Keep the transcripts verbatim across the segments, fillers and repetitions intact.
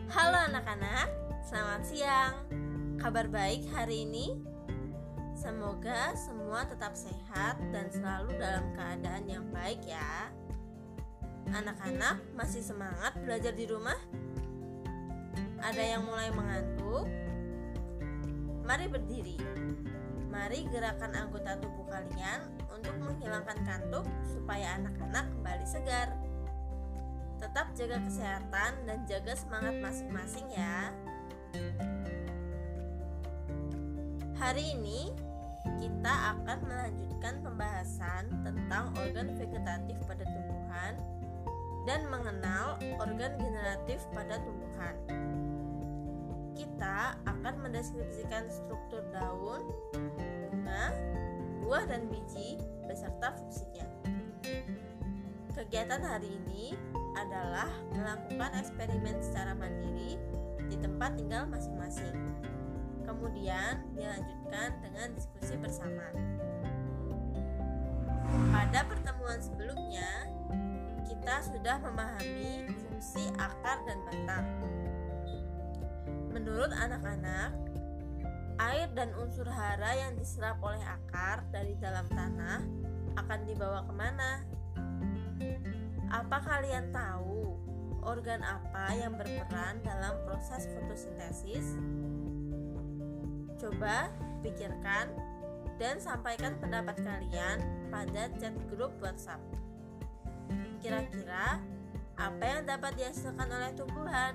Halo anak-anak, selamat siang. Kabar baik hari ini? Semoga semua tetap sehat dan selalu dalam keadaan yang baik ya. Anak-anak masih semangat belajar di rumah? Ada yang mulai mengantuk? Mari berdiri. Mari gerakan anggota tubuh kalian untuk menghilangkan kantuk supaya anak-anak kembali segar. Tetap jaga kesehatan dan jaga semangat masing-masing ya. Hari ini kita akan melanjutkan pembahasan tentang organ vegetatif pada tumbuhan dan mengenal organ generatif pada tumbuhan. Kita akan mendeskripsikan struktur daun, bunga, buah dan biji beserta fungsinya. Kegiatan hari ini adalah melakukan eksperimen secara mandiri di tempat tinggal masing-masing. Kemudian dilanjutkan dengan diskusi bersama. Pada pertemuan sebelumnya, kita sudah memahami fungsi akar dan batang. Menurut anak-anak, air dan unsur hara yang diserap oleh akar dari dalam tanah akan dibawa kemana? Apa kalian tahu organ apa yang berperan dalam proses fotosintesis? Coba pikirkan dan sampaikan pendapat kalian pada chat grup WhatsApp. Kira-kira apa yang dapat dihasilkan oleh tumbuhan?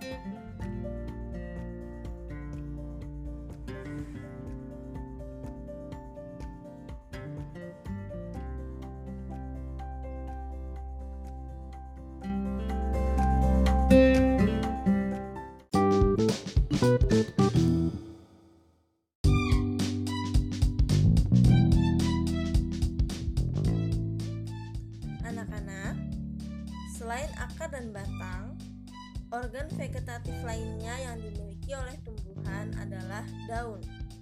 Anak-anak, selain akar dan batang, organ vegetatif lainnya yang dimiliki oleh tumbuhan adalah daun.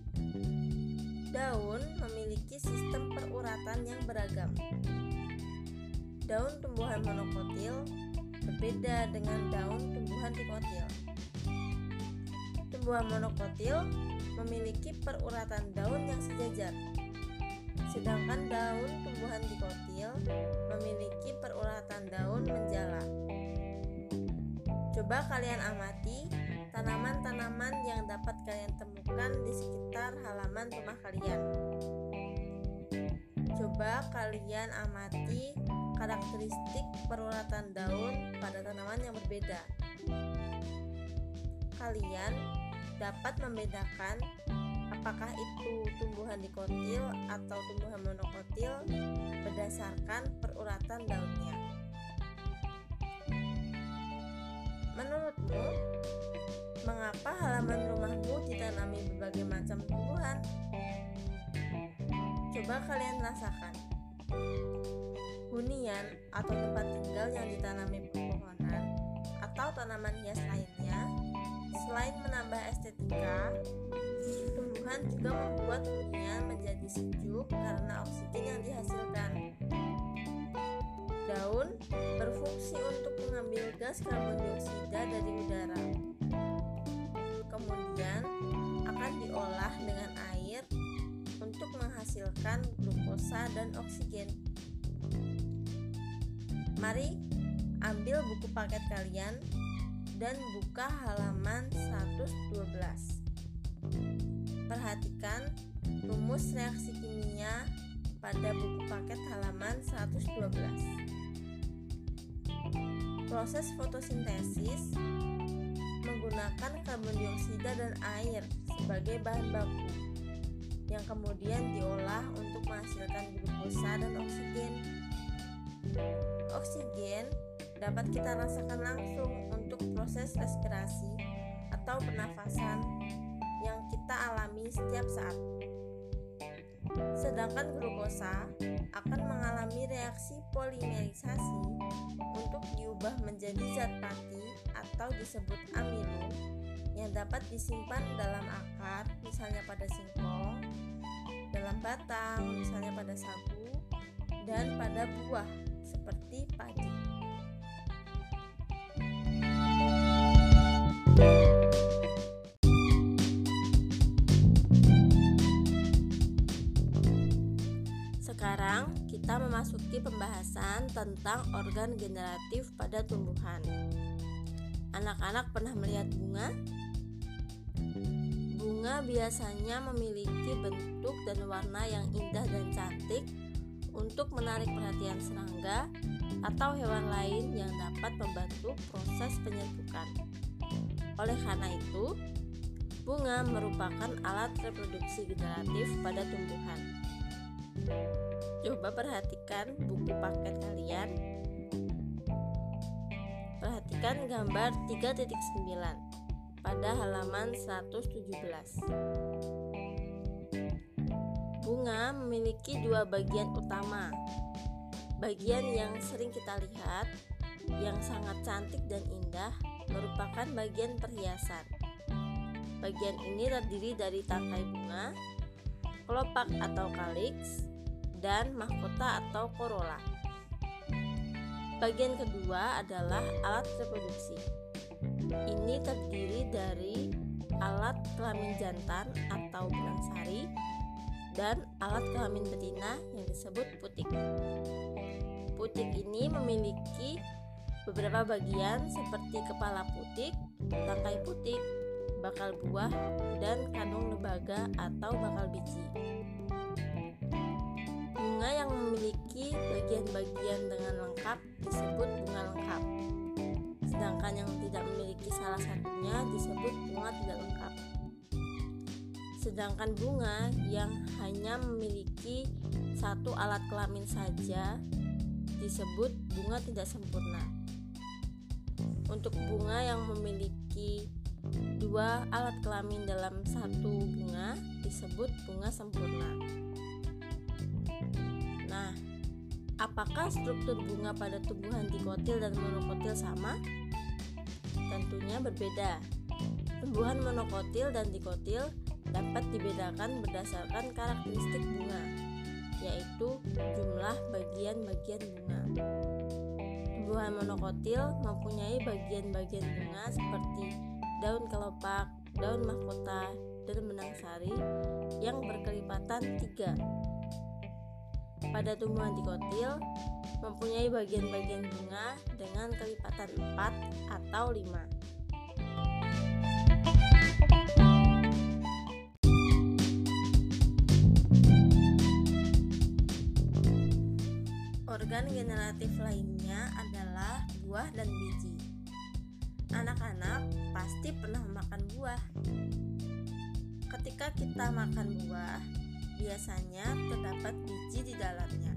Daun memiliki sistem peruratan yang beragam. Daun tumbuhan monokotil berbeda dengan daun tumbuhan dikotil. Tumbuhan monokotil memiliki peruratan daun yang sejajar, sedangkan daun tumbuhan dikotil memiliki peruratan daun menjala. Coba kalian amati tanaman-tanaman yang dapat kalian temukan di sekitar halaman rumah kalian. Coba kalian amati karakteristik peruratan daun pada tanaman yang berbeda. Kalian dapat membedakan apakah itu tumbuhan dikotil atau tumbuhan monokotil berdasarkan peruratan daunnya. Menurutmu, mengapa halaman rumahmu ditanami berbagai macam tumbuhan? Coba kalian rasakan. Hunian atau tempat tinggal yang ditanami pepohonan atau tanaman hias lainnya, selain menambah estetika, tumbuhan juga membuat hunian menjadi sejuk karena oksigen yang dihasilkan. Daun berfungsi untuk mengambil gas karbon dioksida dari udara. Kemudian akan diolah dengan air untuk menghasilkan glukosa dan oksigen. Mari ambil buku paket kalian dan buka halaman seratus dua belas. Perhatikan rumus reaksi kimia pada buku paket halaman seratus dua belas. Proses fotosintesis menggunakan karbon dioksida dan air sebagai bahan baku yang kemudian diolah untuk menghasilkan glukosa dan oksigen. Oksigen dapat kita rasakan langsung untuk proses respirasi atau pernafasan yang kita alami setiap saat. Sedangkan glukosa akan mengalami reaksi polimerisasi untuk diubah menjadi zat pati atau disebut amilo yang dapat disimpan dalam akar, misalnya pada singkong, dalam batang, misalnya pada sagu, dan pada buah seperti padi. memasuki pembahasan tentang organ generatif pada tumbuhan. Anak-anak pernah melihat bunga? Bunga biasanya memiliki bentuk dan warna yang indah dan cantik untuk menarik perhatian serangga atau hewan lain yang dapat membantu proses penyerbukan. Oleh karena itu, bunga merupakan alat reproduksi generatif pada tumbuhan. Coba perhatikan buku paket kalian. Perhatikan gambar tiga titik sembilan pada halaman seratus tujuh belas. Bunga memiliki dua bagian utama. Bagian yang sering kita lihat, yang sangat cantik dan indah, merupakan bagian perhiasan. Bagian ini terdiri dari tangkai bunga, kelopak atau kaliks, dan mahkota atau corolla. Bagian kedua adalah alat reproduksi. Ini terdiri dari alat kelamin jantan atau benang sari dan alat kelamin betina yang disebut putik. Putik ini memiliki beberapa bagian seperti kepala putik, tangkai putik, bakal buah, dan kandung lembaga atau bakal biji. Bunga yang memiliki bagian-bagian dengan lengkap disebut bunga lengkap, sedangkan yang tidak memiliki salah satunya disebut bunga tidak lengkap. Sedangkan bunga yang hanya memiliki satu alat kelamin saja disebut bunga tidak sempurna. Untuk bunga yang memiliki dua alat kelamin dalam satu bunga disebut bunga sempurna. Nah, apakah struktur bunga pada tumbuhan dikotil dan monokotil sama? Tentunya berbeda. Tumbuhan monokotil dan dikotil dapat dibedakan berdasarkan karakteristik bunga, yaitu jumlah bagian-bagian bunga. Tumbuhan monokotil mempunyai bagian-bagian bunga seperti daun kelopak, daun mahkota, dan benang sari yang berkelipatan tiga. Pada tumbuhan dikotil mempunyai bagian-bagian bunga dengan kelipatan empat atau lima. Organ generatif lainnya adalah buah dan biji. Anak-anak pasti pernah makan buah. Ketika kita makan buah, biasanya terdapat biji di dalamnya.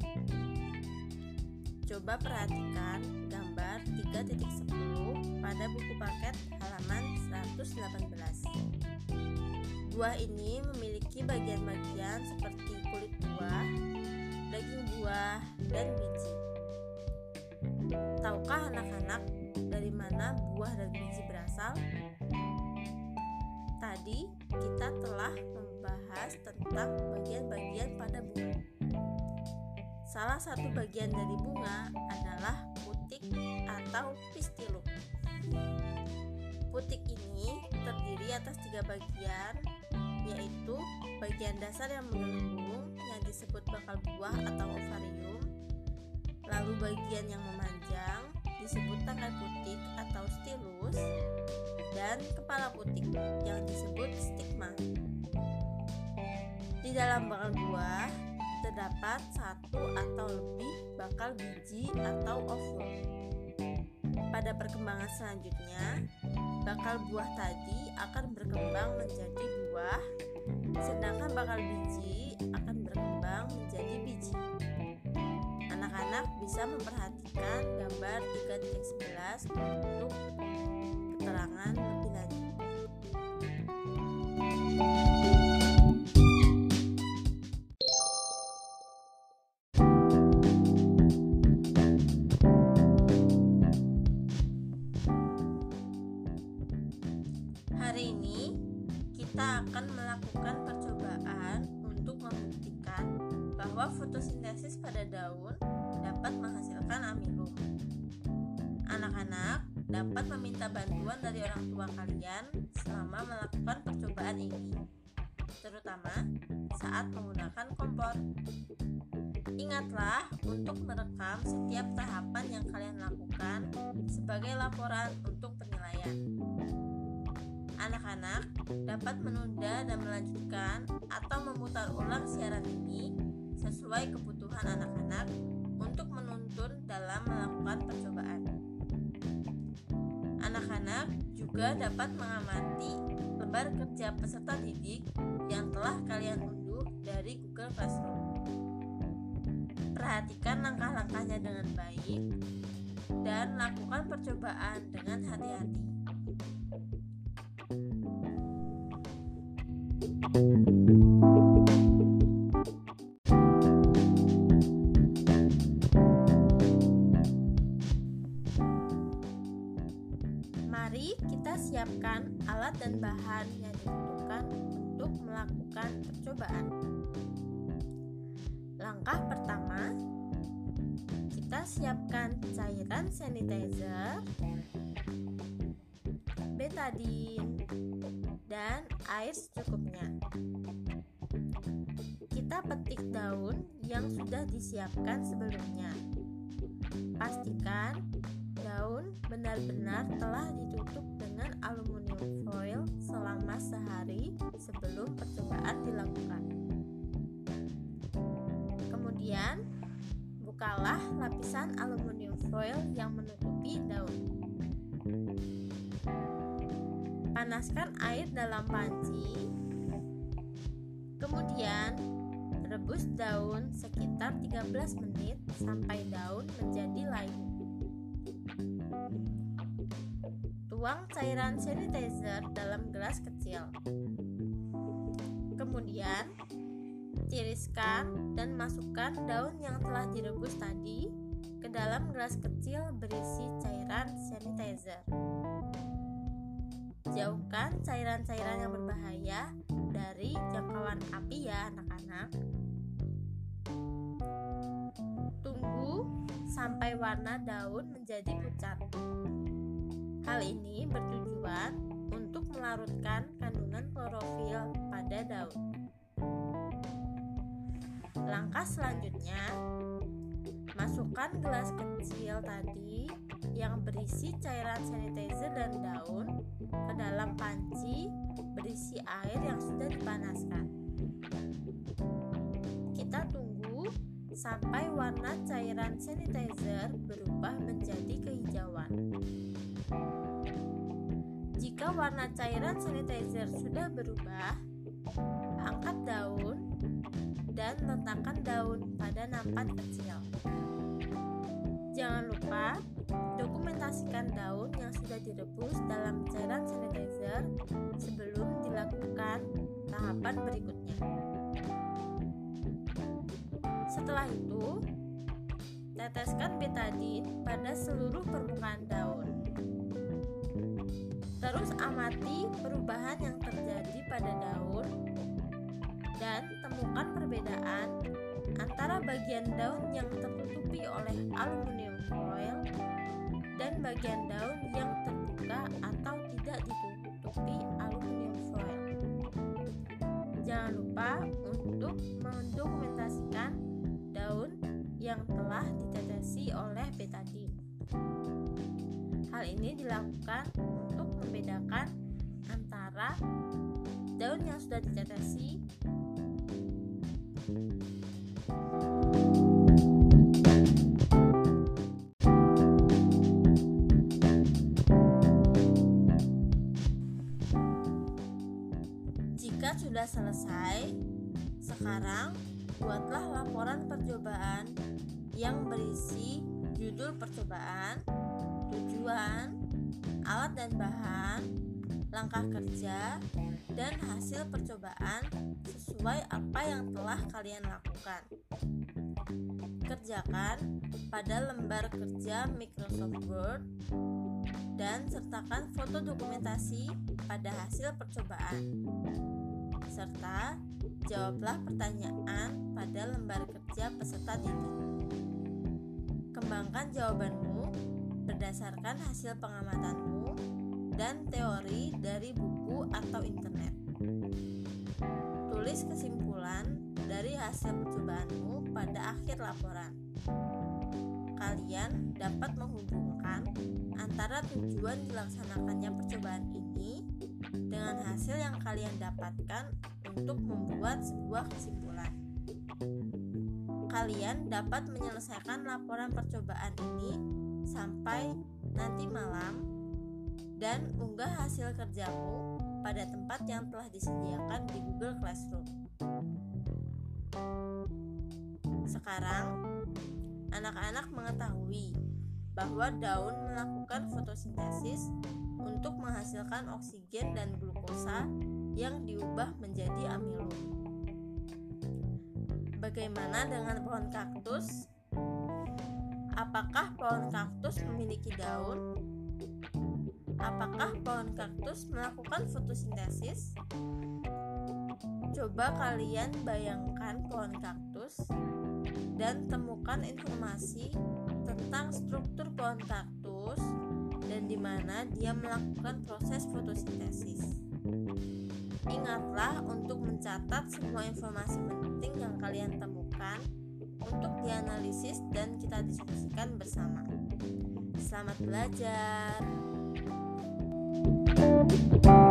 Coba perhatikan gambar tiga titik sepuluh pada buku paket halaman seratus delapan belas. Buah ini memiliki bagian-bagian seperti kulit buah, daging buah, dan biji. Tahukah anak-anak dari mana buah dan biji berasal? Tadi kita telah membahas tentang bagian-bagian pada bunga. Salah satu bagian dari bunga adalah putik atau pistilum. Putik ini terdiri atas tiga bagian, yaitu bagian dasar yang menggelembung yang disebut bakal buah atau ovarium, lalu bagian yang memanjang disebut tangkai putik atau stilus, dan kepala putik yang disebut stigma. Di dalam bakal buah terdapat satu atau lebih bakal biji atau ovul. Pada perkembangan selanjutnya, bakal buah tadi akan berkembang menjadi buah, sedangkan bakal biji akan berkembang menjadi biji. Anak-anak bisa memperhatikan gambar tiga titik sebelas untuk keterangan lebih lanjut. Hari ini kita akan melakukan percobaan untuk membuktikan bahwa fotosintesis pada daun dapat menghasilkan amilum. Anak-anak dapat meminta bantuan dari orang tua kalian selama melakukan percobaan ini, terutama saat menggunakan kompor. Ingatlah untuk merekam setiap tahapan yang kalian lakukan sebagai laporan untuk penilaian. Anak-anak dapat menunda dan melanjutkan atau memutar ulang siaran ini sesuai kebutuhan anak-anak untuk menuntun dalam melakukan percobaan. Anak-anak juga dapat mengamati lembar kerja peserta didik yang telah kalian unduh dari Google Classroom. Perhatikan langkah-langkahnya dengan baik dan lakukan percobaan dengan hati-hati. Mari kita siapkan alat dan bahan yang dibutuhkan untuk melakukan percobaan. Langkah pertama, kita siapkan cairan sanitizer, betadine, dan air secukupnya. Kita petik daun yang sudah disiapkan sebelumnya. Pastikan daun benar-benar telah ditutup dengan aluminium foil selama sehari sebelum percobaan dilakukan. Kemudian, bukalah lapisan aluminium foil yang menutupi daun. Panaskan air dalam panci. Kemudian, rebus daun sekitar tiga belas menit sampai daun menjadi layu. Tuang cairan sanitizer dalam gelas kecil. Kemudian, tiriskan dan masukkan daun yang telah direbus tadi ke dalam gelas kecil berisi cairan sanitizer. Jauhkan cairan-cairan yang berbahaya dari jangkauan api ya anak-anak. Tunggu sampai warna daun menjadi pucat. Hal ini bertujuan untuk melarutkan kandungan klorofil pada daun. Langkah selanjutnya, masukkan gelas kecil tadi yang berisi cairan sanitizer dan daun ke dalam panci berisi air yang sudah dipanaskan. Kita tunggu sampai warna cairan sanitizer berubah menjadi kehijauan. Jika warna cairan sanitizer sudah berubah, angkat daun dan letakkan daun pada nampan kecil. Jangan lupa dokumentasikan daun yang sudah direbus dalam cairan sanitizer sebelum dilakukan tahapan berikutnya. Setelah itu, teteskan betadine pada seluruh permukaan daun. Terus amati perubahan yang terjadi pada daun dan temukan perbedaan antara bagian daun yang tertutupi oleh aluminium foil dan bagian daun yang terbuka atau tidak ditutupi aluminium foil. Jangan lupa untuk mendokumentasikan daun yang telah ditetesi oleh betadine. Hal ini dilakukan untuk membedakan antara daun yang sudah ditetesi Jika sudah selesai, sekarang buatlah laporan percobaan yang berisi judul percobaan, tujuan, alat dan bahan, langkah kerja, dan hasil percobaan sesuai apa yang telah kalian lakukan. Kerjakan pada lembar kerja Microsoft Word dan sertakan foto dokumentasi pada hasil percobaan. Serta jawablah pertanyaan pada lembar kerja peserta didik. Kembangkan jawabanmu berdasarkan hasil pengamatanmu dan teori dari buku atau internet. Tulis kesimpulan dari hasil percobaanmu pada akhir laporan. Kalian dapat menghubungkan antara tujuan dilaksanakannya percobaan ini dengan hasil yang kalian dapatkan untuk membuat sebuah kesimpulan. Kalian dapat menyelesaikan laporan percobaan ini sampai nanti malam dan unggah hasil kerjamu pada tempat yang telah disediakan di Google Classroom. Sekarang, anak-anak mengetahui bahwa daun melakukan fotosintesis untuk menghasilkan oksigen dan glukosa yang diubah menjadi amilum. Bagaimana dengan pohon kaktus? Apakah pohon kaktus memiliki daun? Apakah pohon kaktus melakukan fotosintesis? Coba kalian bayangkan pohon kaktus dan temukan informasi tentang struktur pohon kaktus dan di mana dia melakukan proses fotosintesis. Ingatlah untuk mencatat semua informasi penting yang kalian temukan untuk dianalisis dan kita diskusikan bersama. Selamat belajar.